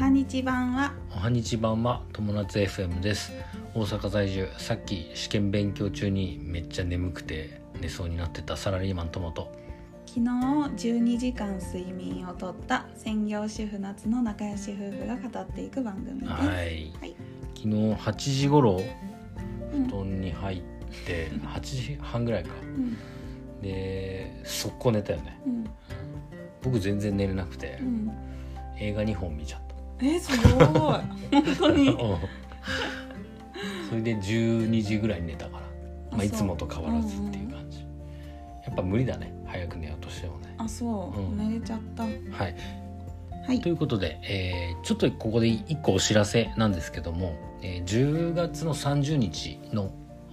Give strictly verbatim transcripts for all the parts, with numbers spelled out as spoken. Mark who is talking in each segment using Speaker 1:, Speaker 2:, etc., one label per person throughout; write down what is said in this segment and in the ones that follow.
Speaker 1: はにち版は
Speaker 2: おはにち版は友達 エフエム です。大阪在住、さっき試験勉強中にめっちゃ眠くて寝そうになってたサラリーマン友と、
Speaker 1: 昨日じゅうにじかん睡眠をとった専業主婦夏の仲良し夫婦が語っていく番組です。
Speaker 2: はい、
Speaker 1: はい、
Speaker 2: 昨日はちじ頃布団に入って、うん、はちじはんぐらいか、うん、で速攻寝たよね、うん、僕全然寝れなくて、うん、映画にほん見ちゃった。
Speaker 1: えすごい本当に
Speaker 2: それでじゅうにじぐらいに寝たから、まあ、いつもと変わらずっていう感じ、うんうん、やっぱ無理だね、早く寝ようとしてもね。
Speaker 1: あそう、うん、寝れちゃった。はい、
Speaker 2: はい、ということで、えー、ちょっとここでいっこお知らせなんですけども、えー、じゅうがつのさんじゅうにちの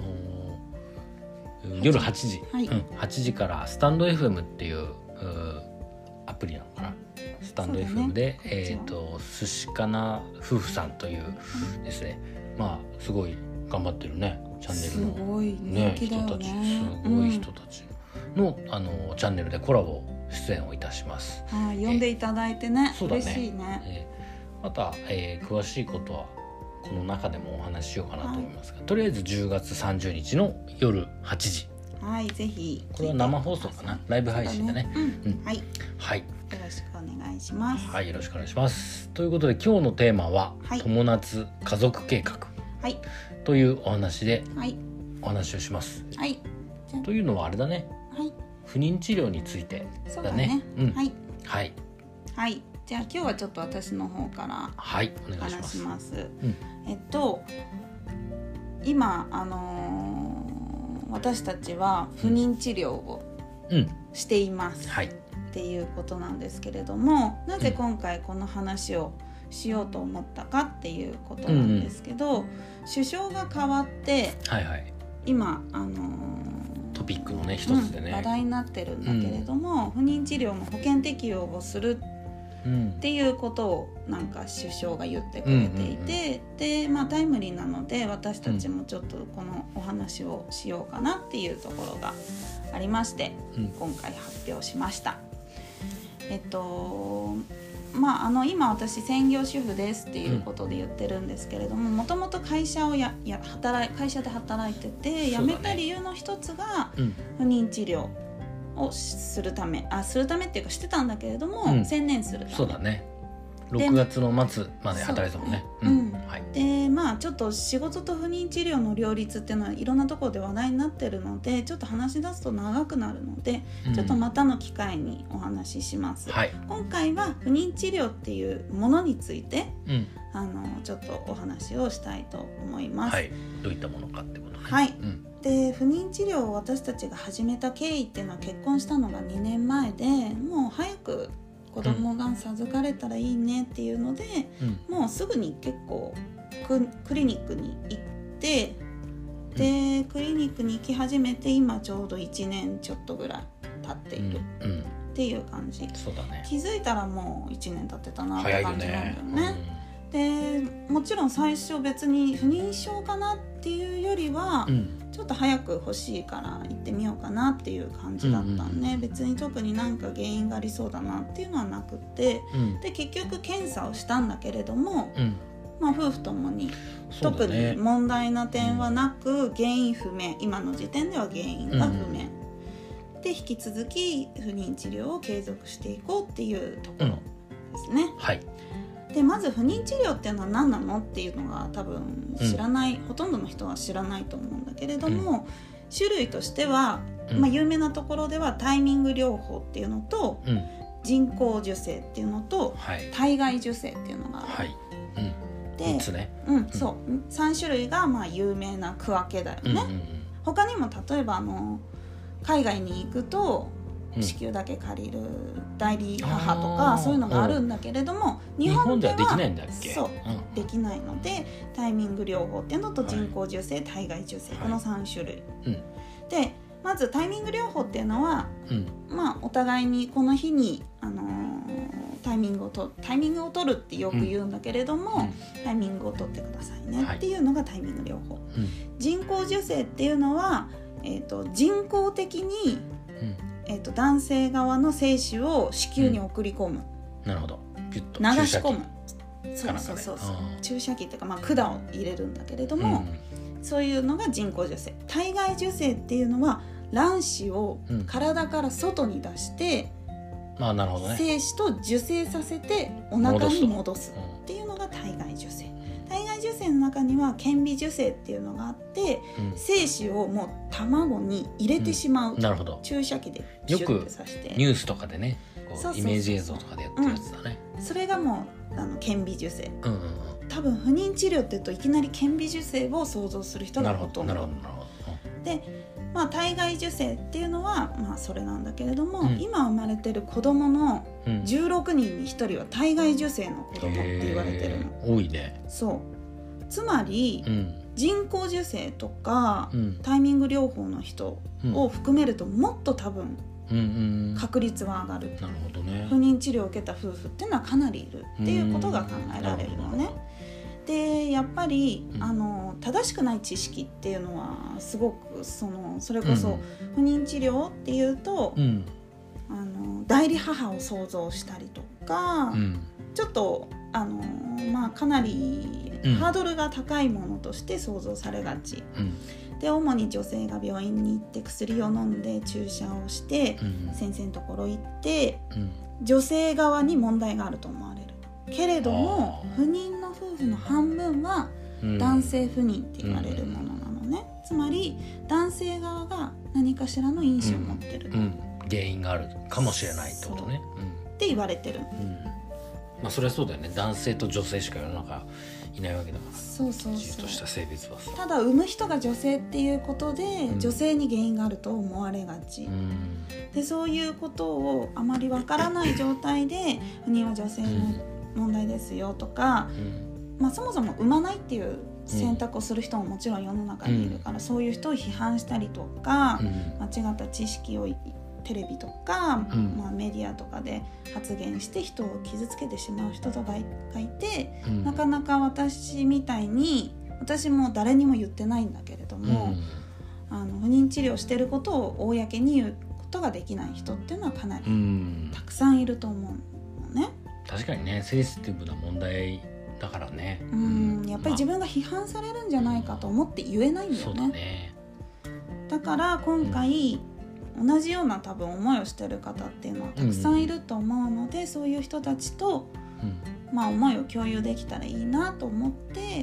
Speaker 2: 夜はちじ、はいうん、はちじからスタンド エフエム っていうアプリなのかな、スタンド エフエム で、ねえー、と寿司かな夫婦さんというですね、うん、まあすごい頑張ってるねチャンネルの、
Speaker 1: すごい人気だよね、
Speaker 2: 人たちすごい人たちの、うん、あのチャンネルでコラボ出演をいたします。
Speaker 1: はい、呼んでいただいてね、
Speaker 2: そうだね、
Speaker 1: 嬉しいね、
Speaker 2: えー、また、えー、詳しいことはこの中でもお話ししようかなと思いますが、はい、とりあえずじゅうがつさんじゅうにちの夜はちじ、
Speaker 1: はい、ぜひ
Speaker 2: これは生放送かな、ライブ配信だね、ね、うんうん、はい、はい、
Speaker 1: よろしくお願いします。
Speaker 2: はい、よろしくお願いします。ということで今日のテーマは、はい、友達家族計画、はい、というお話でお話をします、はい、というのはあれだね、はい、不妊治療についてだね。
Speaker 1: そうだね、うん、はい、
Speaker 2: はい、
Speaker 1: はい、じゃあ今日はちょっと私の方から
Speaker 2: はいお願いします。
Speaker 1: 話します、
Speaker 2: うん、
Speaker 1: えっと今あのー、私たちは不妊治療をしています、うんはい、っていうことなんですけれども、なぜ今回この話をしようと思ったかっていうことなんですけど、うんうん、首相が変わって、はいはい、今あのー、
Speaker 2: トピックのね一つでね、
Speaker 1: うん、話題になってるんだけれども、うん、不妊治療の保険適用をするっていうことをなんか首相が言ってくれていて、うんうんうん、で、まあ、タイムリーなので私たちもちょっとこのお話をしようかなっていうところがありまして、うん、今回発表しました。えっとまあ、あの今私専業主婦ですっていうことで言ってるんですけれども、もともと会社をやや働い会社で働いてて、辞めた理由の一つが不妊治療をするため、あするためっていうかしてたんだけれども、うん、専念するため。
Speaker 2: そうだね、ろくがつの末まで働いてたもんね。
Speaker 1: うんうんはい、でまあちょっと仕事と不妊治療の両立っていうのはいろんなところで話題になってるので、ちょっと話し出すと長くなるので、うん、ちょっとまたの機会にお話しします、はい、今回は不妊治療っていうものについて、うん、あのちょっとお話をしたいと思います、はい、
Speaker 2: どういったものかってことね。
Speaker 1: はい、うんで不妊治療を私たちが始めた経緯っていうのは、結婚したのがにねんまえで、もう早く子供が授かれたらいいねっていうので、うん、もうすぐに結構 ク, クリニックに行って、で、うん、クリニックに行き始めて今ちょうどいちねんちょっとぐらい経っているっていう感じ、うんうん、そうだね、気づいたらもういちねん経ってたなって感じなんだよね。早いよね。でもちろん最初別に不妊症かなっていうよりは、うん、ちょっと早く欲しいから行ってみようかなっていう感じだったんで、うんうん、別に特になんか原因がありそうだなっていうのはなくて、うん、で結局検査をしたんだけれども、うんまあ、夫婦ともに特に問題な点はなく、原因不明、今の時点では原因が不明、うん、で引き続き不妊治療を継続していこうっていうところですね、うん、はい。でまず不妊治療っていうのは何なのっていうのが多分知らない、うん、ほとんどの人は知らないと思うんだけれども、うん、種類としては、うんまあ、有名なところではタイミング療法っていうのと、うん、人工授精っていうのと、はい、体外受精っていうのがある、はいうん、でみっつね、うん、そうさん種類がまあ有名な区分けだよね、うんうんうん、他にも例えばあの海外に行くと子宮だけ借りる代理母とかそういうのがあるんだけれども、日本では
Speaker 2: できないんだっけ。
Speaker 1: そう、うん、できないのでタイミング療法っていうのと人工授精、はい、体外受精、このさん種類、はい、でまずタイミング療法っていうのは、うん、まあお互いにこの日に、あのー、タイミングをとタイミングを取るってよく言うんだけれども、うん、タイミングを取ってくださいねっていうのがタイミング療法、はいうん、人工授精っていうのは、えーと、人工的に、うんえー、と男性側の精子を子宮に送り込む、
Speaker 2: うん、なるほど、
Speaker 1: 流し込む、 そうそうそうそう注射器っていうか、まあ、管を入れるんだけれども、うん、そういうのが人工授精。体外受精っていうのは卵子を体から外に出して、
Speaker 2: うん、あ、なるほどね、
Speaker 1: 精子と受精させてお腹に戻すっていうのが体外受精。体外受精の中には顕微授精っていうのがあって、うん、精子をもう卵に入れてしまう、うん、
Speaker 2: なるほど、
Speaker 1: 注射器でピシュッて刺して、
Speaker 2: よくニュースとかでねこうそうそうそうイメージ映像とかでやってるやつだね、
Speaker 1: うん、それがもうあの顕微授精、
Speaker 2: うんうんうん、
Speaker 1: 多分不妊治療って言うといきなり顕微授精を想像する人がほとんど。なるほどなるほど。で、まあ、体外受精っていうのは、まあ、それなんだけれども、うん、今生まれてる子供のじゅうろくにんにひとりは体外受精の子供って言われてるの。
Speaker 2: 多いね。
Speaker 1: そうつまり、うん、人工授精とか、うん、タイミング療法の人を含めるともっと多分、うんうん、確率は上がる。
Speaker 2: なるほどね。
Speaker 1: 不妊治療を受けた夫婦っていうのはかなりいるっていうことが考えられるのね。でやっぱり、うん、あの正しくない知識っていうのはすごくそのそれこそ不妊治療っていうと、うん、あの代理母を想像したりとか、うん、ちょっとあの、まあ、かなりハードルが高いものとして想像されがち、うん、で主に女性が病院に行って薬を飲んで注射をして、うん、先生のところ行って、うん、女性側に問題があると思われるけれども、不妊の夫婦の半分は男性不妊って言われるものなのね、うん、つまり男性側が何かしらの因子を持ってる、うんうん、
Speaker 2: 原因があるかもしれないってことね、
Speaker 1: うん、って言われてる、うん、
Speaker 2: まあ、それはそうだよね。男性と女性しか世の中いないわけだから。
Speaker 1: そうそうそう、
Speaker 2: きちんとした性別はさ。
Speaker 1: ただ産む人が女性っていうことで、うん、女性に原因があると思われがち、うん、でそういうことをあまりわからない状態で不妊は女性の問題ですよとか、うん、まあ、そもそも産まないっていう選択をする人ももちろん世の中にいるから、うん、そういう人を批判したりとか、うん、間違った知識をテレビとか、うん、まあ、メディアとかで発言して人を傷つけてしまう人とかいて、うん、なかなか私みたいに、私も誰にも言ってないんだけれども、うん、あの不妊治療してることを公に言うことができない人っていうのはかなりたくさんいると思うのね、
Speaker 2: うん、確かにね、センシティブな問題だからね、
Speaker 1: うん、やっぱり自分が批判されるんじゃないかと思って言えないんだよね、うん、そうだね。だから今回、うん、同じような多分思いをしてる方っていうのはたくさんいると思うので、うん、そういう人たちと、うん、まあ、思いを共有できたらいいなと思って、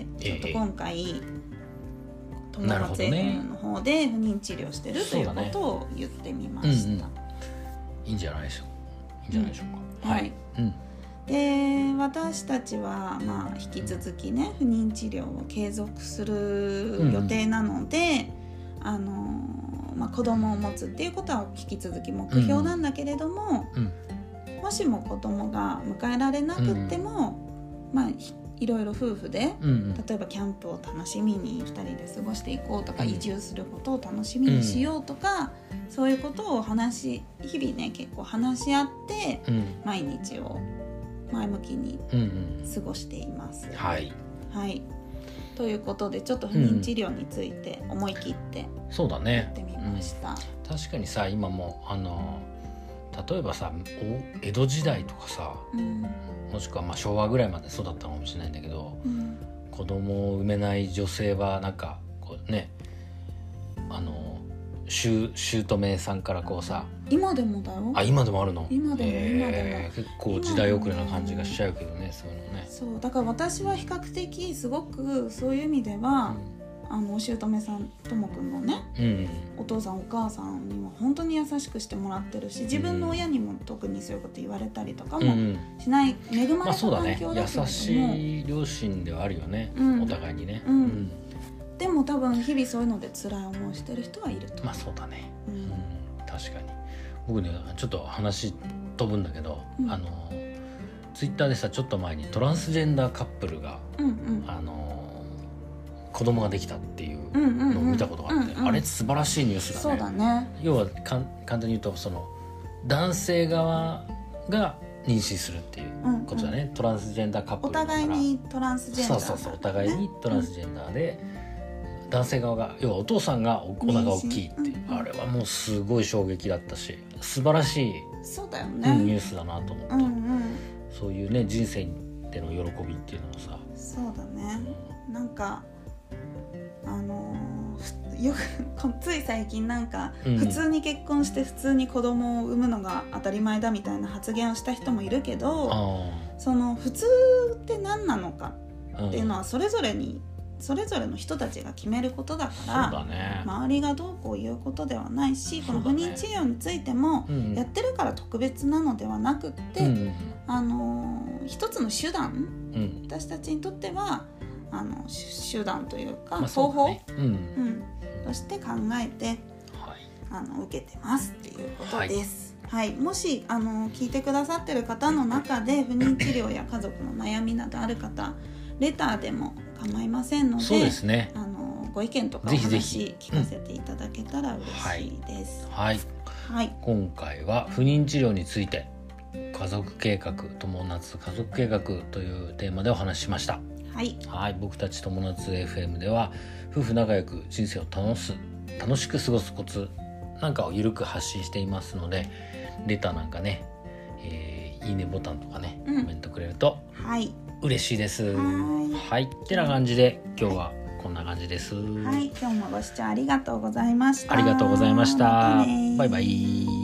Speaker 1: ちょっと今回友達 エフエム の方で不妊治療してるということを言ってみました、ね、うんうん、
Speaker 2: いいんじゃないでしょういいんじゃないでしょうか、うん、はい、うん、
Speaker 1: で私たちは、まあ、引き続きね不妊治療を継続する予定なので、うん、あのまあ、子供を持つっていうことは引き続き目標なんだけれども、うんうん、もしも子供が迎えられなくっても、うん、まあいろいろ夫婦で、うんうん、例えばキャンプを楽しみにふたりで過ごしていこうとか、うん、移住することを楽しみにしようとか、うん、そういうことを話し日々ね結構話し合って、うん、毎日を前向きに過ごしています、うんうん、はい、はい、ということでちょっと不妊治療について思い切ってやってみました、
Speaker 2: うん、そうだね、うん、確かにさ今もあの例えばさ江戸時代とかさ、うん、もしくはまあ昭和ぐらいまでそうだったかもしれないんだけど、うん、子供を産めない女性はなんかこうねあの姑さんからこうさ
Speaker 1: 今でもだよ。
Speaker 2: あ今でもあるの。
Speaker 1: 今でも、えー、今でも
Speaker 2: 結構時代遅れな感じがしちゃうけどね、そういうのね。
Speaker 1: そうだから私は比較的すごくそういう意味では、うん、あのお姑さんともくんのね、うん、お父さんお母さんには本当に優しくしてもらってるし、自分の親にも特にそういうこと言われたりとかもしない、うん、恵まれた環境だけれども、まあそうだね、優しい
Speaker 2: 両親ではあるよね、うん、お互いにね、うんうん、
Speaker 1: でも多分日々そういうので辛い思いしてる人はいると。
Speaker 2: まあそうだね、うんうん、確かに。僕ねちょっと話飛ぶんだけど、うん、あのツイッターでさちょっと前にトランスジェンダーカップルが、うんうん、あの子供ができたっていうのを見たことがあって、うんうんうん、あれ素晴らしいニュースだね。
Speaker 1: そうだね。
Speaker 2: 要はかん簡単に言うとその男性側が妊娠するっていうことだね、うんうん、トランスジェンダーカップルだから
Speaker 1: お互いにトランスジェンダー、
Speaker 2: そうそうそうお互いにトランスジェンダーで、うん、男性側が要はお父さんが お, お腹大きいっていう、うんうん、あれはもうすごい衝撃だったし素晴らしい
Speaker 1: そうだよね、
Speaker 2: うん、ニュースだなと思った、うんうん、そういうね人生ての喜びっていうのもさ。
Speaker 1: そうだね、なんかあのー、よくつい最近なんか、うん、普通に結婚して普通に子供を産むのが当たり前だみたいな発言をした人もいるけど、その普通って何なのかっていうのはそれぞれに、うん、それぞれの人たちが決めることだから、
Speaker 2: そうだね、
Speaker 1: 周りがどうこう言うことではないし、この不妊治療についても、うん、やってるから特別なのではなくって、うん、あのー、一つの手段、うん、私たちにとってはあの手段というか、まあそうだね、方法、うんうん、として考えて、はい、あの受けてますっていうことです、はいはい、もしあの聞いてくださってる方の中で不妊治療や家族の悩みなどある方、レターでも構いませんので、
Speaker 2: そうですね、
Speaker 1: あのご意見とかお話聞かせていただけたら嬉しいです、
Speaker 2: うん、はい、はい、今回は不妊治療について家族計画、友夏家族計画というテーマでお話ししました。
Speaker 1: はい、
Speaker 2: はい、僕たち友達 エフエム では夫婦仲良く人生を楽す楽しく過ごすコツなんかをゆるく発信していますので、レターなんかね、えー、いいねボタンとかね、うん、コメントくれると嬉しいです。はいはい、ってな感じで今日はこんな感じです。
Speaker 1: はい、今日もご視聴ありがとうございました。
Speaker 2: ありがとうございました。
Speaker 1: またね。
Speaker 2: バイバイ。